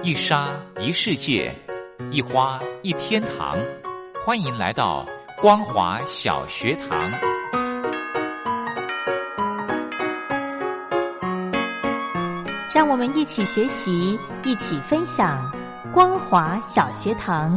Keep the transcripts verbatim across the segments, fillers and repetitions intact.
一沙一世界，一花一天堂。欢迎来到光华小学堂。 让我们一起学习，一起分享光华小学堂。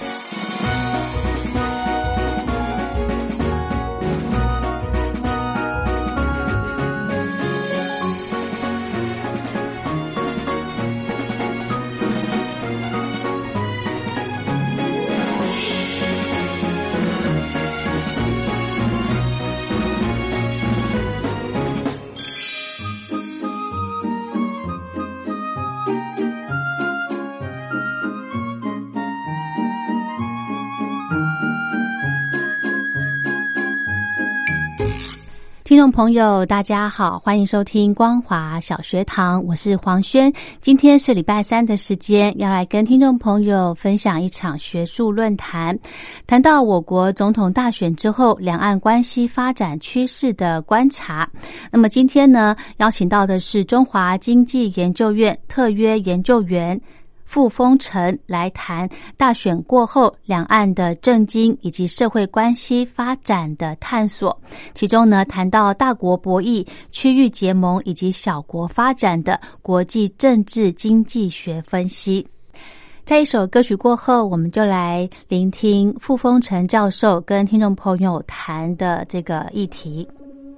听众朋友大家好，欢迎收听光华小学堂，我是黄轩。今天是礼拜三的时间，要来跟听众朋友分享一场学术论坛，谈到我国总统大选之后两岸关系发展趋势的观察。那么今天呢，邀请到的是中华经济研究院特约研究员傅风成来谈大选过后两岸的政经以及社会关系发展的探索，其中呢谈到大国博弈、区域结盟以及小国发展的国际政治经济学分析。在一首歌曲过后，我们就来聆听傅风成教授跟听众朋友谈的这个议题。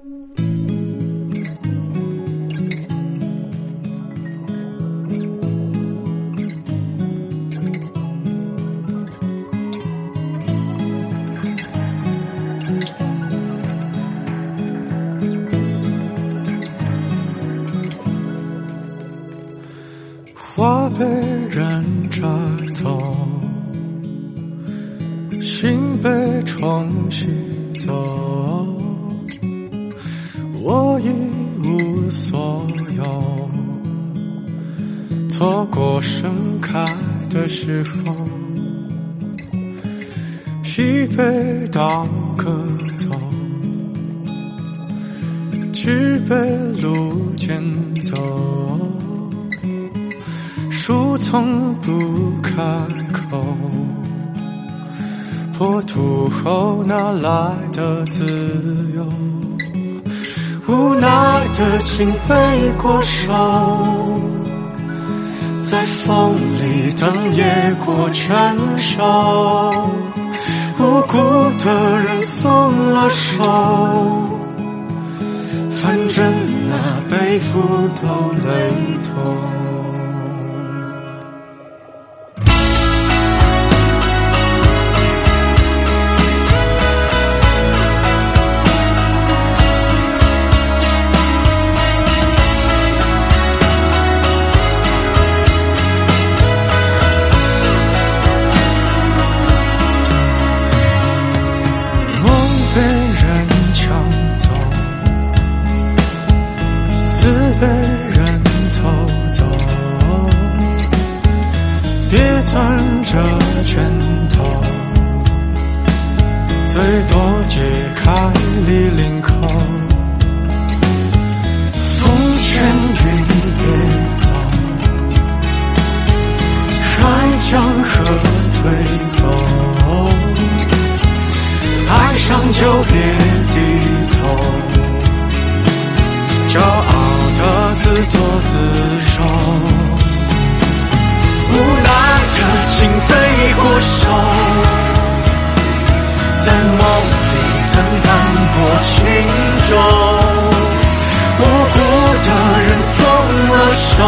花被人摘走，心被冲洗走，我一无所有，错过盛开的时候，疲惫到可走，只被路捡走，树从不开口，破土后哪来的自由？无奈的竟被过手，在风里等野果成熟，无辜的人松了手，反正那背负都雷同。被人偷走，别攥着拳头，最多解开你领口，风卷云别走，海将河推走，爱上就别低头，骄傲的自作自受，无奈的竟背过手，在梦里等淡泊轻舟，无辜的人松了手，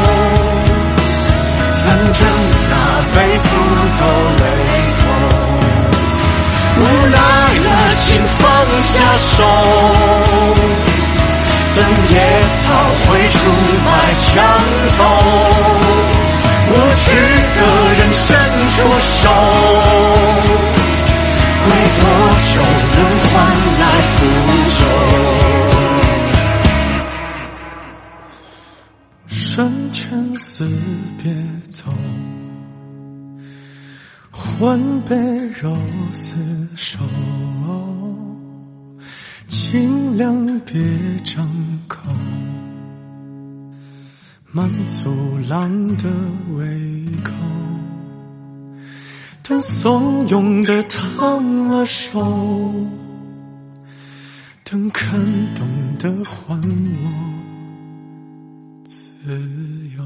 反正那背负都雷同，无奈了请放下手，等野草会出卖墙头，无知的人伸出手，归多久能换来福州？生前死别走，魂被肉厮守，尽量别张口， 满足狼的胃口，等怂恿的烫了手，等看懂的还我自由。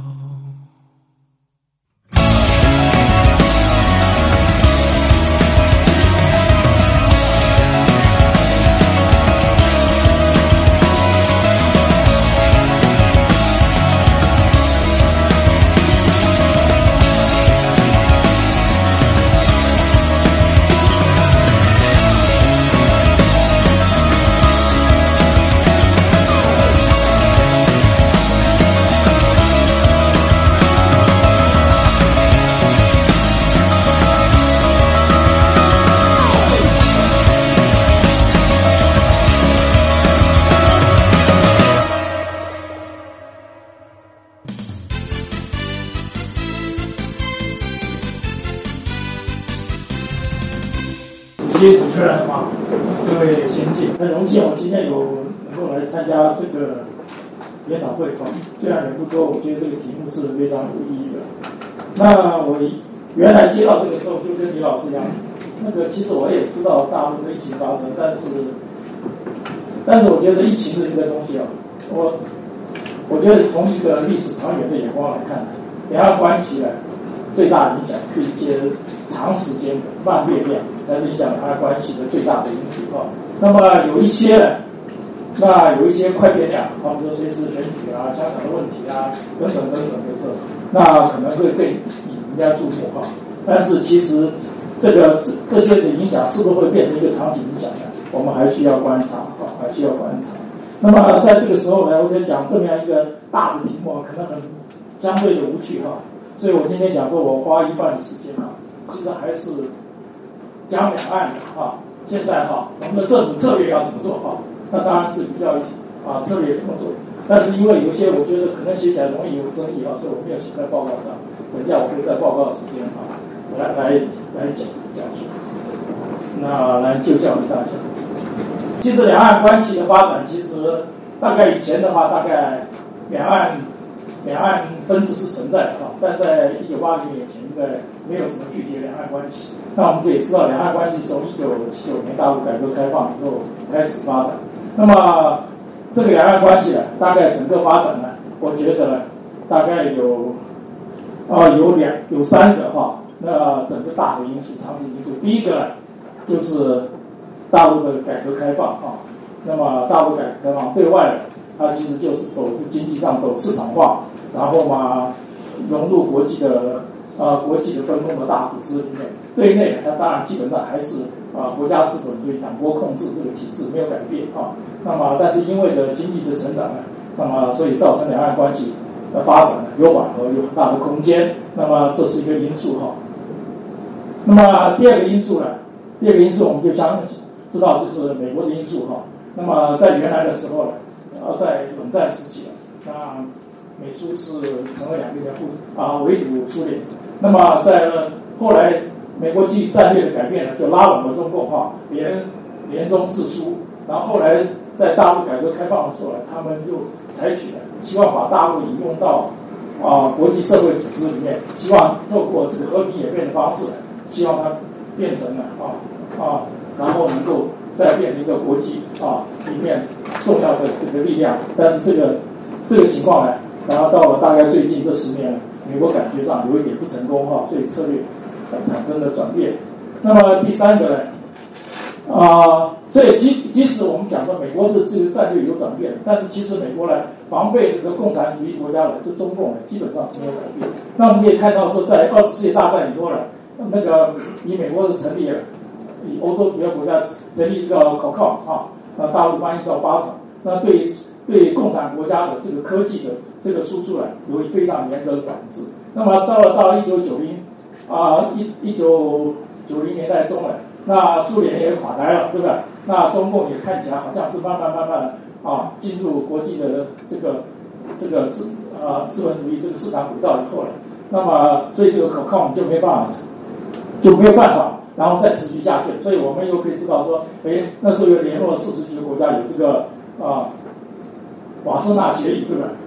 各位主持人啊，各位先进，很荣幸我今天有能够来参加这个研讨会啊，虽然人不多，我觉得这个题目是非常有意义的。那我原来接到这个时候就跟李老师讲，那个其实我也知道大陆的疫情发生，但是但是我觉得疫情的这个东西啊，我我觉得从一个历史长远的眼光来看，两岸关系呢最大的影响是一些长时间的慢变量，才是影响两岸关系的最大的因素啊。那么有一些呢，那有一些快变量，比如说随时选举啊、香港的问题啊等等等等的这，那可能会更引人家注目哈。但是其实这个这这些的影响是不是会变成一个长期影响呢？我们还需要观察啊，还需要观察。那么在这个时候呢，我想讲这么样一个大的题目，可能很相对的无趣哈。所以我今天讲说，我花一半的时间啊，其实还是讲两岸的啊。现在哈，我们的政府策略要怎么做哈？那当然是比较啊策略怎么做。但是因为有些我觉得可能写起来容易有争议啊，所以我没有写在报告上。等一下我会在报告的时间啊，来来来讲讲述。那来就教育大家。其实两岸关系的发展，其实大概以前的话，大概两岸。两岸分治是存在的哈，但在一九八零年前应该没有什么具体的两岸关系。那我们也知道，两岸关系从一九七九年大陆改革开放以后开始发展。那么这个两岸关系呢，大概整个发展呢，我觉得呢，大概有啊、呃、有两有三个哈，那整个大的因素、长期因素。第一个呢，就是大陆的改革开放哈，那么大陆改革开放对外它其实就是走是经济上走市场化。然后嘛，融入国际的呃国际的分工的大组织里面，对内它当然基本上还是啊、呃、国家资本对党国控制这个体制没有改变啊。那么但是因为的经济的成长呢，那么所以造成两岸关系的发展呢有缓和，有很大的空间。那么这是一个因素哈。那么第二个因素呢，第二个因素我们就相知道就是美国的因素哈。那么在原来的时候呢，呃在冷战时期那美苏是成为两个互啊围堵苏联，那么在后来美国基于战略的改变呢，就拉拢了中共哈，联联中制苏，然后后来在大陆改革开放的时候呢，他们又采取了希望把大陆引用到啊国际社会组织里面，希望透过这个和平演变的方式，希望它变成了啊啊，然后能够再变成一个国际啊里面重要的这个力量，但是这个这个情况呢。然后到了大概最近这十年，美国感觉上有一点不成功哈，所以策略产生了转变。那么第三个呢，啊、呃，所以即即使我们讲说美国的这个战略有转变，但是其实美国呢防备这个共产主义国家呢是中共呢基本上是没有改变。那我们可以看到说，在二次世界大战以后呢，那个以美国的成立，以欧洲主要国家成立这个 C O C O M 啊，那大陆翻译叫巴统，那对对共产国家的这个科技的这个输出呢，有非常严格的管制。那么到了到了一九九零啊一一九九零年代中呢，那苏联也垮台了，对不对？那中共也看起来好像是慢慢慢慢啊进入国际的这个这个资啊资本主义这个市场轨道以后呢，那么所以这个可靠就没办法就没有办法，然后再持续下去。所以我们又可以知道说，哎，那时候有联络四十几个国家有这个啊。瓦舍纳协议，对吧？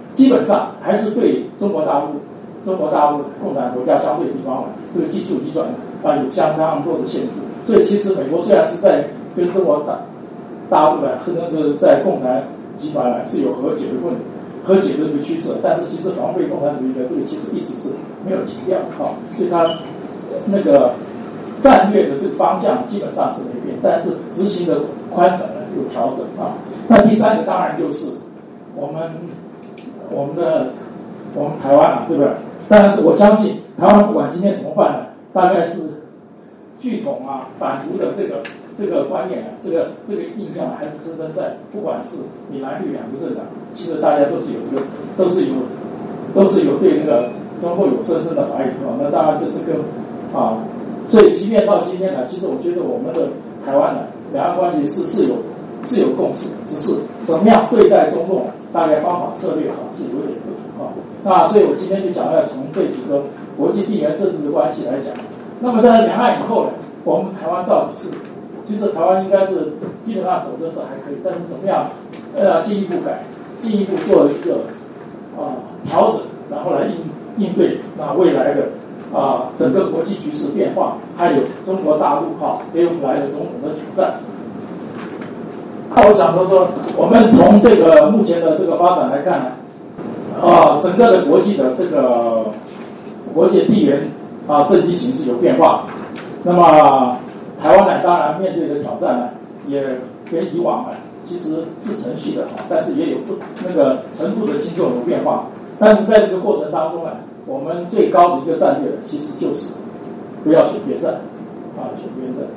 基本上还是对中国大陆、中国大陆共产国家相对地方呢，这个技术移转啊有相当多的限制。所以其实美国虽然是在跟中国大大陆呢，或者是在共产集团呢是有和解的问题。和解的这个趋势，但是其实防卫共产主义的这个其实一直是没有停掉的哈，所以它那个战略的这个方向基本上是没变，但是执行的宽展呢有调整啊。那第三个当然就是我们我们的我们台湾啊，对不对？当然我相信台湾不管今天怎么办呢，大概是拒统啊、反独的这个这个观念啊，这个这个印象还是深深在，不管是你蓝绿两个政党，其实大家都是有这个，都是有，都是有对那个中国有深深的怀疑啊。那当然这是跟啊，所以即便到今天呢，其实我觉得我们的台湾呢，两岸关系是是有是有共识，只是怎么样对待中共，大概方法策略哈是有点不同啊。那所以我今天就想要从这几个国际地缘政治的关系来讲。那么在两岸以后呢，我们台湾到底是？其实台湾应该是基本上走的是还可以，但是怎么样呃进一步改，进一步做一个啊、呃、调整，然后来应应对那未来的啊、呃、整个国际局势变化，还有中国大陆哈给我们来的种种的挑战。那我想说说，我们从这个目前的这个发展来看呢，啊、呃、整个的国际的这个国际地缘啊政经形势有变化，那么。台湾呢，当然面对的挑战呢，也跟以往呢其实是程序的，但是也有不那个程度的轻重有变化。但是在这个过程当中呢，我们最高的一个战略其实就是不要选边站啊，选边站。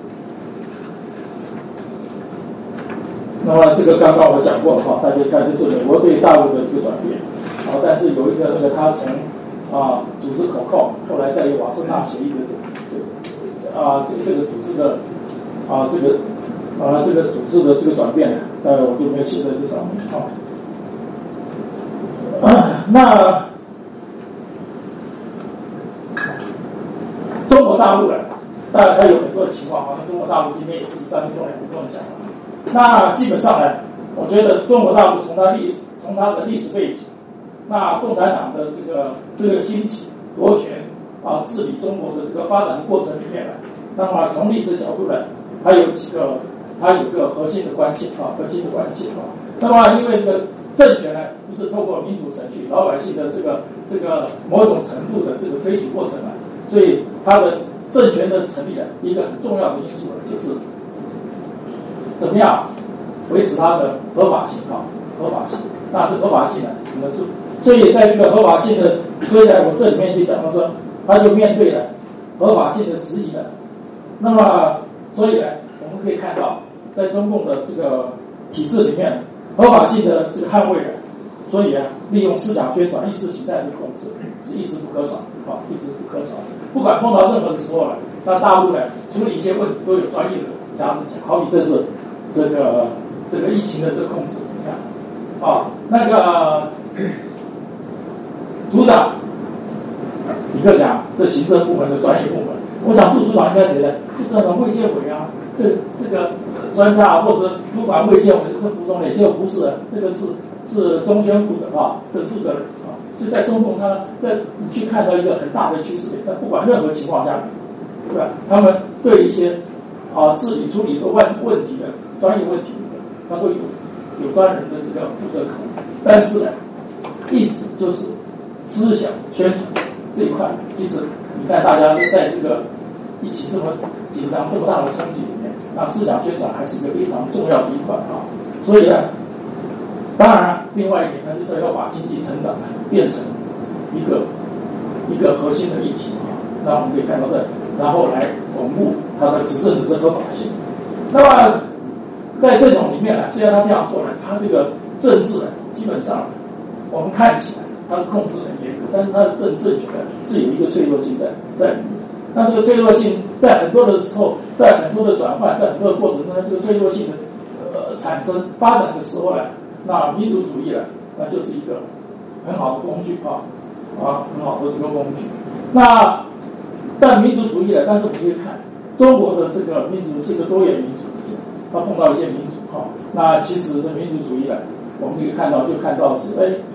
那么这个刚刚我讲过的话，大家看这是美国对大陆的这个转变啊，但是有一个那个他从啊组织口号，后来再有瓦森纳协议的这个这个。啊，这个这个组织的啊，这个啊，这个组织的这个转变，呃，我就没有写在这上面啊。啊那中国大陆呢，当然它有很多的情况，好像中国大陆今天也不是三分钟两分钟讲了。那基本上呢，我觉得中国大陆从它历从它的历史背景，那共产党的这个这个兴起夺权。啊，治理中国的这个发展的过程里面呢，那么从历史角度呢，它有几个，它有个核心的关系啊，核心的关系啊。那么因为这个政权呢，不是透过民主程序，老百姓的这个这个某种程度的这个推举过程呢，所以它的政权的成立呢，一个很重要的因素呢，就是怎么样维持它的合法性啊，合法性。那这合法性呢，可能是，所以在这个合法性的，所以在我这里面就讲到说。他就面对了合法性的质疑了，那么所以呢，我们可以看到，在中共的这个体制里面，合法性的这个捍卫的，所以啊，利用思想宣传、意识形态的控制是一直不可少啊，一直不可少。不管碰到任何的时候呢，那大陆呢处理一些问题都有专业的家子讲，好比这次这个这个疫情的这个控制，你看啊，那个组长。一个讲这行政部门的专业部门，我想副署长应该谁呢？就这个卫健委啊，这这个专家或者主管卫健委是副总理，就不是这个是是中宣部的啊，这负责人啊。所以在中共，他在你去看到一个很大的趋势，在不管任何情况下，对吧？他们对一些啊治理处理一个问问题的专业问题的，他都有有专人的这个负责考虑，但是呢，一直就是思想宣传。这一块，其实你看，大家在这个疫情这么紧张、这么大的冲击里面，那思想宣传还是一个非常重要的一块啊。所以呢，当然，另外一点，它就是要把经济成长变成一个一个核心的议题啊。那我们可以看到这，然后来巩固它的执政的这合法性。那么，在这种里面呢，虽然他这样做呢，他这个政治呢，基本上我们看起来。它是控制很严格，但是它的政政权是有一个脆弱性在在里面。那这个脆弱性在很多的时候，在很多的转换，在很多的过程中，这个脆弱性的呃产生发展的时候呢，那民族主义呢，那就是一个很好的工具啊啊，很好的这个工具。那但民族主义呢，但是我们可以看中国的这个民族是一个多元民族，它碰到一些民族哈、啊，那其实这民族主义呢，我们可以看到就看到是哎。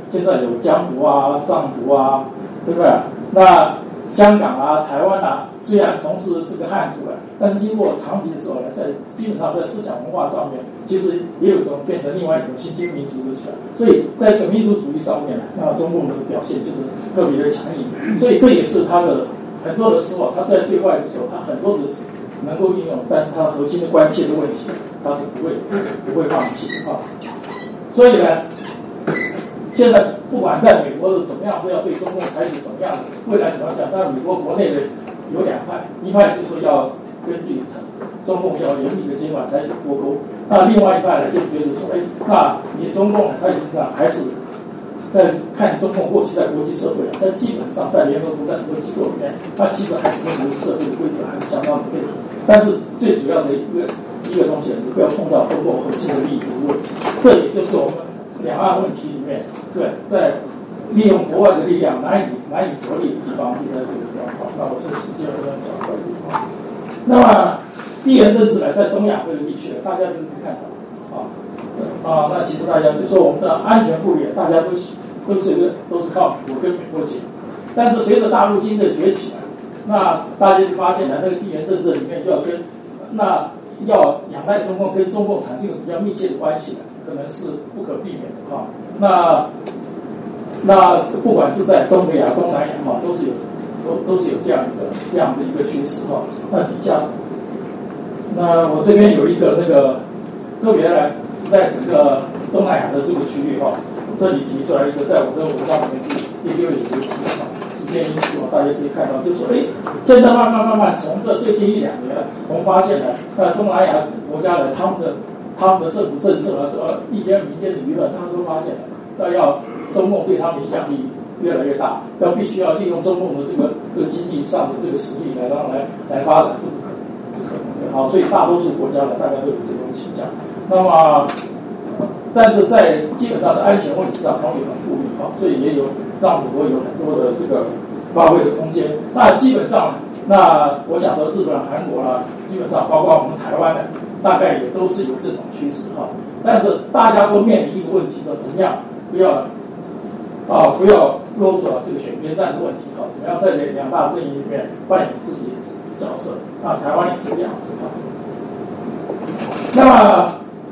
现在有江族啊、藏族啊，对不对？那香港啊、台湾啊，虽然同是这个汉族了，但是经过长期的时候呢，在基本上在思想文化上面，其实也有一种变成另外一种新兴民族的出来。所以在这个民族主义上面呢，那中共的表现就是特别的强硬。所以这也是他的很多的时候，他在对外的时候，他很多的能够应用，但是他核心的关切的问题，他是不会不会放弃的啊。所以呢，现在不管在美国是怎么样，是要对中共采取怎么样的未来怎么讲，但美国国内的有两派，一派就说要根据中共要严密的监管采取脱钩，那另外一派呢就觉得说，哎，那你中共呢，他实际上还是在看中共过去在国际社会啊，在基本上在联合国在很多机构里面，它其实还是跟国际社会的规则还是相当的配合。但是最主要的一个一个东西，你不要碰到中共核心的利益问题，这也就是我们两岸问题里面，对，在利用国外的力量难以难以着力的地方，就在这个地方。好，那我这时间我要讲到这个地方。那么地缘政治呢，在东亚这个地区呢，大家都可以看到啊啊，那其实大家就说我们的安全护理，大家都都是一个都是靠美国跟美国结，但是随着大陆经济的崛起呢，那大家就发现呢，那个地缘政治里面就要跟那要仰赖中共，跟中共产生有比较密切的关系呢，可能是不可避免的啊。那那不管是在东北亚、东南亚哈，都是有都都是有这样一个这样的一个趋势哈。那底下，那我这边有一个那个特别来是在整个东南亚的这个区域哈，这里提出来一个在我的文章里面第六页有提到时间因素，大家可以看到，就是说，哎，现在慢慢慢慢从这最近一两年，我们发现呢，呃，东南亚国家的他们的他们的政府政策啊，呃，一些民间的舆论，他们都发现，那要中共对他们影响力越来越大，要必须要利用中共的这个这个经济上的这个实力来让来来发展是不可能是可能的。好，所以大多数国家呢，大家都有这种倾向。那么，但是在基本上的安全问题上，他们也很富裕啊，所以也有让美国有很多的这个发挥的空间。那基本上，那我想说，日本、韩国啦，基本上包括我们台湾呢，大概也都是有这种趋势哈。但是大家都面临一个问题，说怎么样不要啊不要落入了这个选边站的问题啊，怎么样在两大阵营里面扮演自己的角色？那台湾也是这样子啊。那么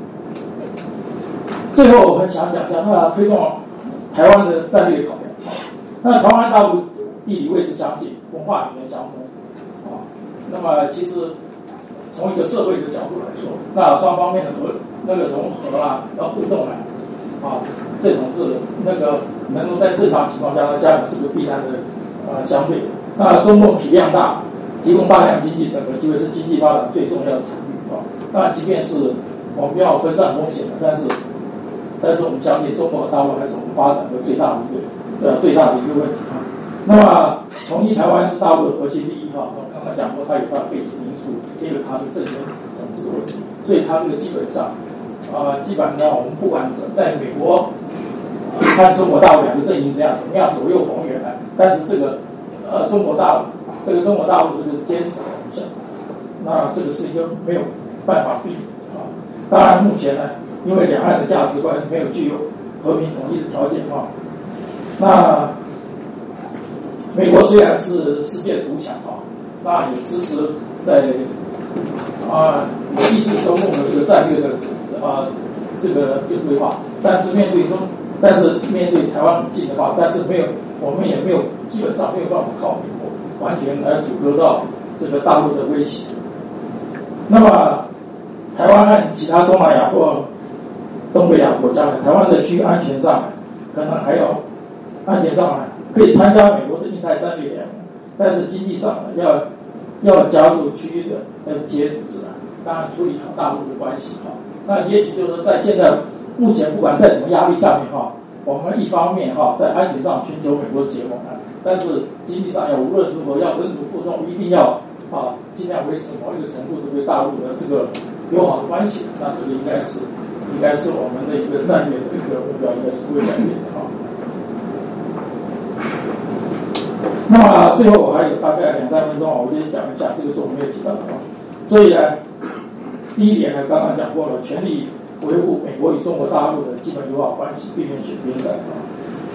最后我们想讲讲那推动台湾的战略考量。那台湾大陆地理位置相近，文化语言相通啊。那么其实从一个社会的角度来说，那双方面的和那个融合啊，要互动啊，啊，这种是那个能够在正常情况下，那加强是个必然的呃相对的。那中共体量大，提供大量经济整合机会，是经济发展最重要的产业啊。那即便是我们要分散风险的，但是但是我们相信中国大陆还是我们发展的最大的一个呃最大的一个问题啊。那么统一台湾是大陆的核心利益哈，我刚才讲过，它有它的背景因素，也有它的政权统治的问题，所以它这个基本上啊、呃，基本上我们不管在美国、呃、看中国大陆两个阵营这样怎么样左右逢源呢，但是这个呃中国大陆这个中国大陆这个是坚持的，那这个是一个没有办法避免的啊。当然目前呢，因为两岸的价值观没有具有和平统一的条件啊，那美国虽然是世界独强啊，那也支持在啊抑制中共的这个战略的啊这个这个规划，但是面对中，但是面对台湾很近的话，但是没有我们也没有基本上没有办法靠美国完全来阻隔到这个大陆的威胁。那么台湾和其他东南亚或东北亚国家呢，台湾的区域安全上可能还要安全上呢可以参加美国的印太战略联盟，但是经济上呢要要加入区域的 F T A 组织啊，当然处理好大陆的关系哈。那也许就是在现在目前不管在什么压力下面哈，我们一方面哈在安全上寻求美国的结盟啊，但是经济上要无论如何要忍辱负重，一定要啊尽量维持某一个程度的对大陆的这个友好的关系。那这个应该是应该是我们的一个战略的一个目标，应该是不会改变的哈。那么最后我还有大概两三分钟啊，我先讲一下，这个是我们没有提到的啊。所以呢，第一点呢，刚刚讲过了，全力维护美国与中国大陆的基本友好关系，避免选边站啊。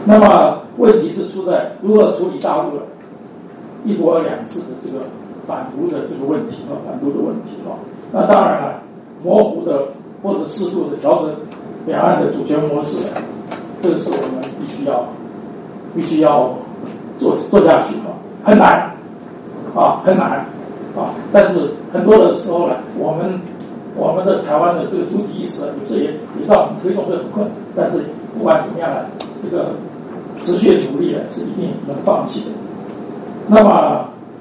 那么问题是出在如何处理大陆的一国两制的这个反独的这个问题啊，反独的问题啊。那当然了，模糊的或者适度的调整两岸的主权模式，这个是我们必须要必须要做做下去啊，很难啊，很难啊。但是很多的时候呢，我们我们的台湾的这个主体意识，有时也也让我们推动这很困难。但是不管怎么样呢，这个持续的努力呢，是一定不能放弃的。那么，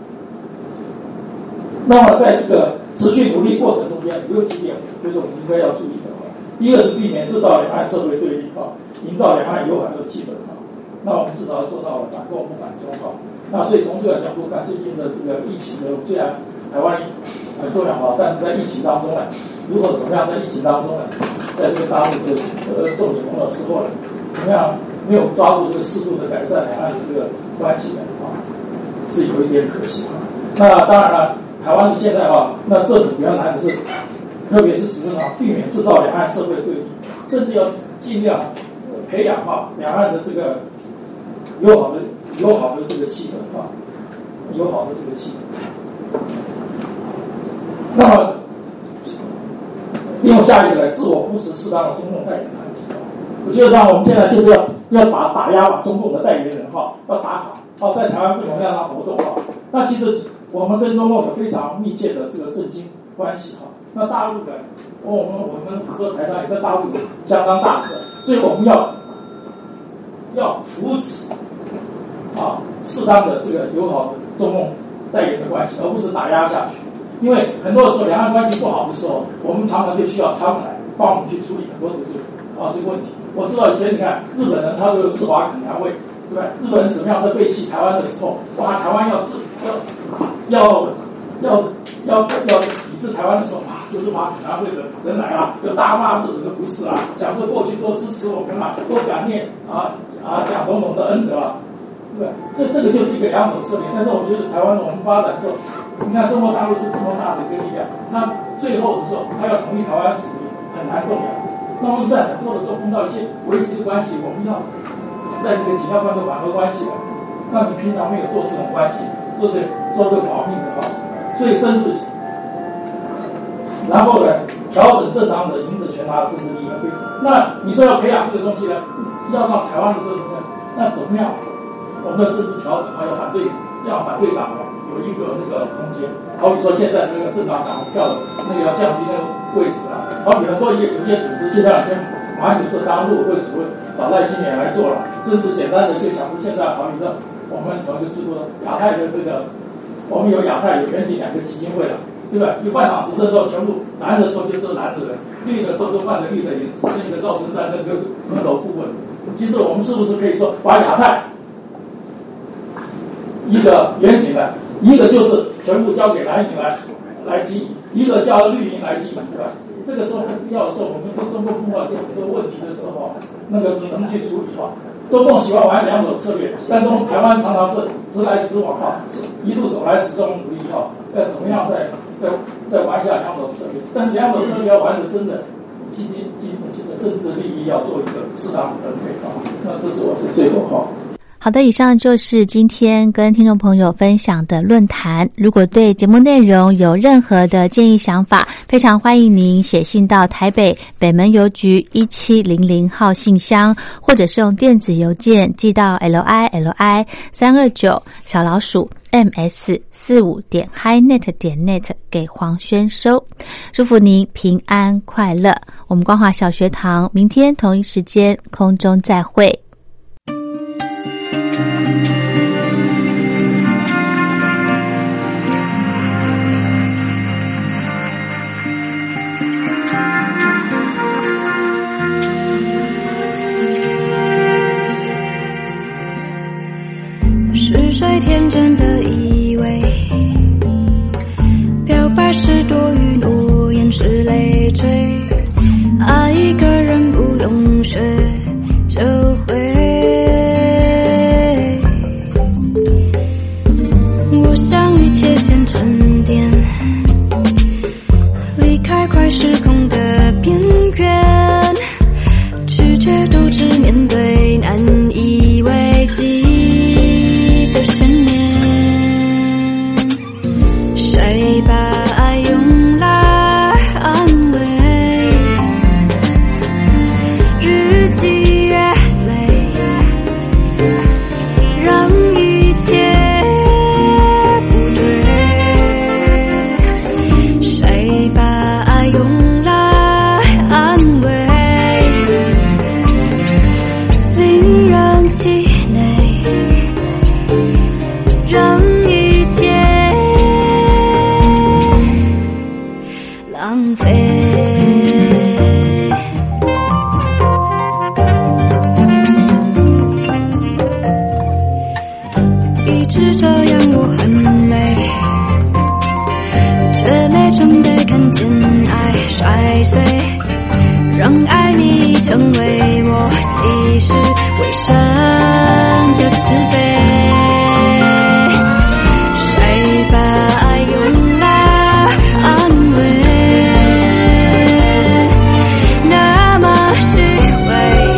那么在这个持续努力过程中间，有几点我觉得我们应该要注意的啊。第一个是避免制造两岸社会对立啊，营造两岸友好的气氛啊。那我们至少做到了反共不反中啊。那所以从这个角度看，最近的这个疫情的，虽然台湾很重要啊，但是在疫情当中呢，如何怎么样在疫情当中呢，在这个大陆这个呃重点红的时候呢，怎么样没有抓住这个适度的改善两岸的这个关系呢啊，是有一点可惜啊。那当然了，台湾现在啊，那政府比较难的是，特别是执政党避免制造两岸社会对立，甚至要尽量培养啊两岸的这个友好的友好的这个气氛啊，友好的这个气氛。那么，利用下一个来自我扶持适当的中共代言团体啊，我觉得上我们现在就是要要打打压把中共的代言人哈，要打垮啊，在台湾不能让他活动啊。那其实我们跟中共有非常密切的这个政经关系哈。那大陆的，我们我们很多台商也在大陆有相当大的，所以我们要要扶持啊适当的这个友好的中共代言的关系，而不是打压下去。因为很多时候两岸关系不好的时候，我们常常就需要他们来帮我们去处理很多的这个啊这个问题。我知道以前你看日本人他都有自华肯南味，对吧？日本人怎么样在背弃台湾的时候，哇，台湾要自要要要要要抵制台湾的时候啊，就是把肯南味的人来了，就大骂日本的不是啊，讲说过去多支持我们啊，多感念啊啊蒋总统的恩德啊，对吧？这这个就是一个两手策略。但是我觉得台湾我们发展之后，你看中国大陆是这么大的一个力量，它最后的时候它要统一台湾是很难动摇。那我们在很多的时候碰到一些危机的关系，我们要在那个紧要关头缓和关系了。那你平常没有做这种关系，做这做这个保命的话，所以绅士，然后呢调整正当者，赢者全拿的政治利益。那你说要培养这个东西呢，要让台湾的社会呢，那怎么样？我们的政治调整还要反对，要反对党有一个那个空间。好比说现在那个政党党票的那个要降低那个位置啊，好比很多有有些组织，就像以前马英九是当陆委会主任，早在今年来做了，甚至简单的就想出现在好比说我们从一个制度亚太的这个，我们有亚太有远景两个基金会了，对吧？一换党执政之后，全部蓝的时候就是蓝的人，绿的时候都换了绿的，也只是一个赵春山那个门口顾问。其实我们是不是可以说把亚太一个远景的，一个就是全部交给蓝营来来经营，一个叫绿营来经营，对吧？这个时候必要的时候，我们跟中共碰到这很多问题的时候，那个是能去处理的。中共喜欢玩两种策略，但是我们台湾常常是直来直往哈，一路走来始终如一哈，要怎么样再再再玩一下两种策略？但是两种策略要玩的真的，今天今天这个政治利益要做一个适当的分配啊。那这是我是最后哈。 好的，以上就是今天跟听众朋友分享的论坛。如果对节目内容有任何的建议想法，非常欢迎您写信到台北北门邮局一七零零号信箱，或者是用电子邮件寄到 l i l i 三二九小老鼠 m s 四五点 highnet 点 net 给黄轩收。祝福您平安快乐。我们光华小学堂明天同一时间空中再会。 是谁天真的以为表白是多余，诺言是累赘，爱一个人不用学就会。我想一切先沉淀，离开快失控的边缘，拒绝独自面对难以是这样，我很累，却没准备看见爱摔碎，让爱你成为我几世为生的慈悲。谁把爱用来安慰，那么虚伪，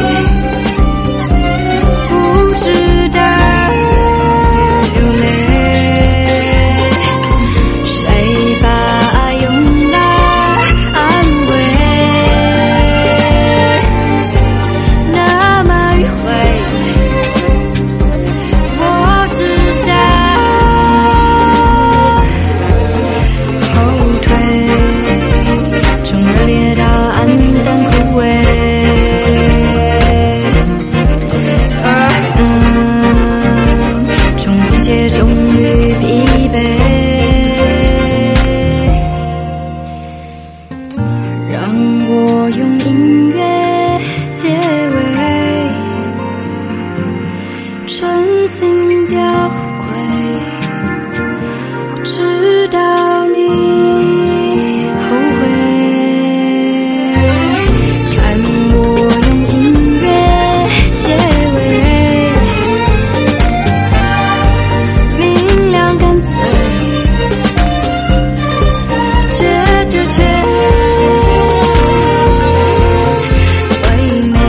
不值得流泪。谁把爱用来安慰，那么迂回，我只想后退，从热烈到黯淡枯萎。啊嗯，从机械终于疲惫，让我用音乐结尾，真心吊诡，直到你后悔。看我用音乐结尾，明亮干脆，却就却唯美。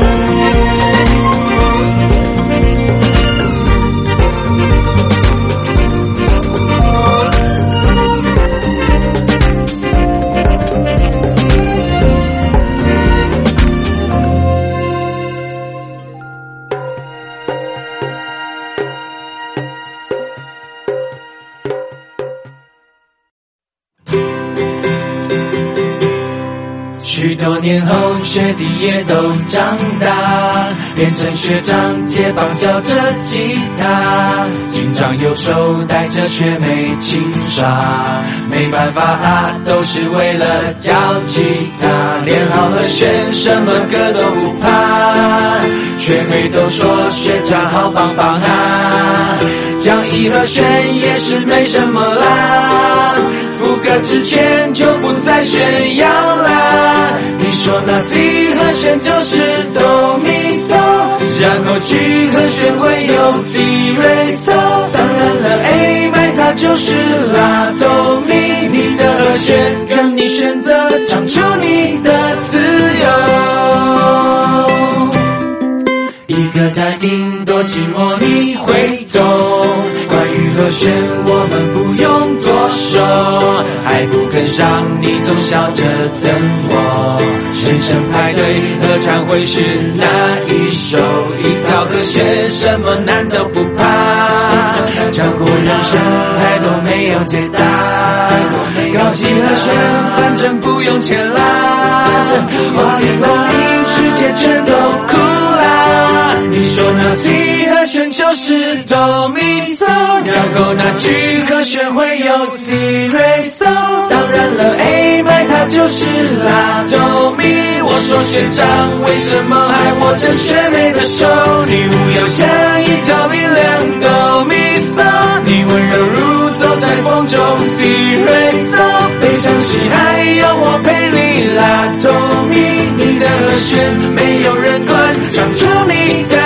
许多年后，学弟也都长大，变成学长，肩膀教着吉他，紧张右手带着学妹齐刷，没办法啊，都是为了教吉他，练好和弦，什么歌都不怕，学妹都说学长好棒棒啊，讲一和弦也是没什么啦，副歌之前就不再炫耀啦，你说那 C 和弦就是哆咪嗦，然后 G 和弦会有 C re so， 当然了 A 麦它就是拉哆咪，你的和弦任你选择，唱出你的自由。一个弹音多寂寞你会懂，关于和弦我们不用多说，还不跟上你总笑着等我，人生派对合唱会是哪一首，一条和弦什么难都不怕，唱过人生太多没有解答，高级和弦反正不用钱啦，花言巧语世界全都哭啦，你说那 C 和弦就是哆咪嗦，然后那 G 和弦会有 C re so， 当然了 A 麦它就是拉哆咪，我说学长为什么还握着学妹的手，你无忧像一条明亮哆咪嗦，你温柔如走在风中 C re so， 悲伤时还有我陪你拉哆咪，你的和弦没有人管，唱出你的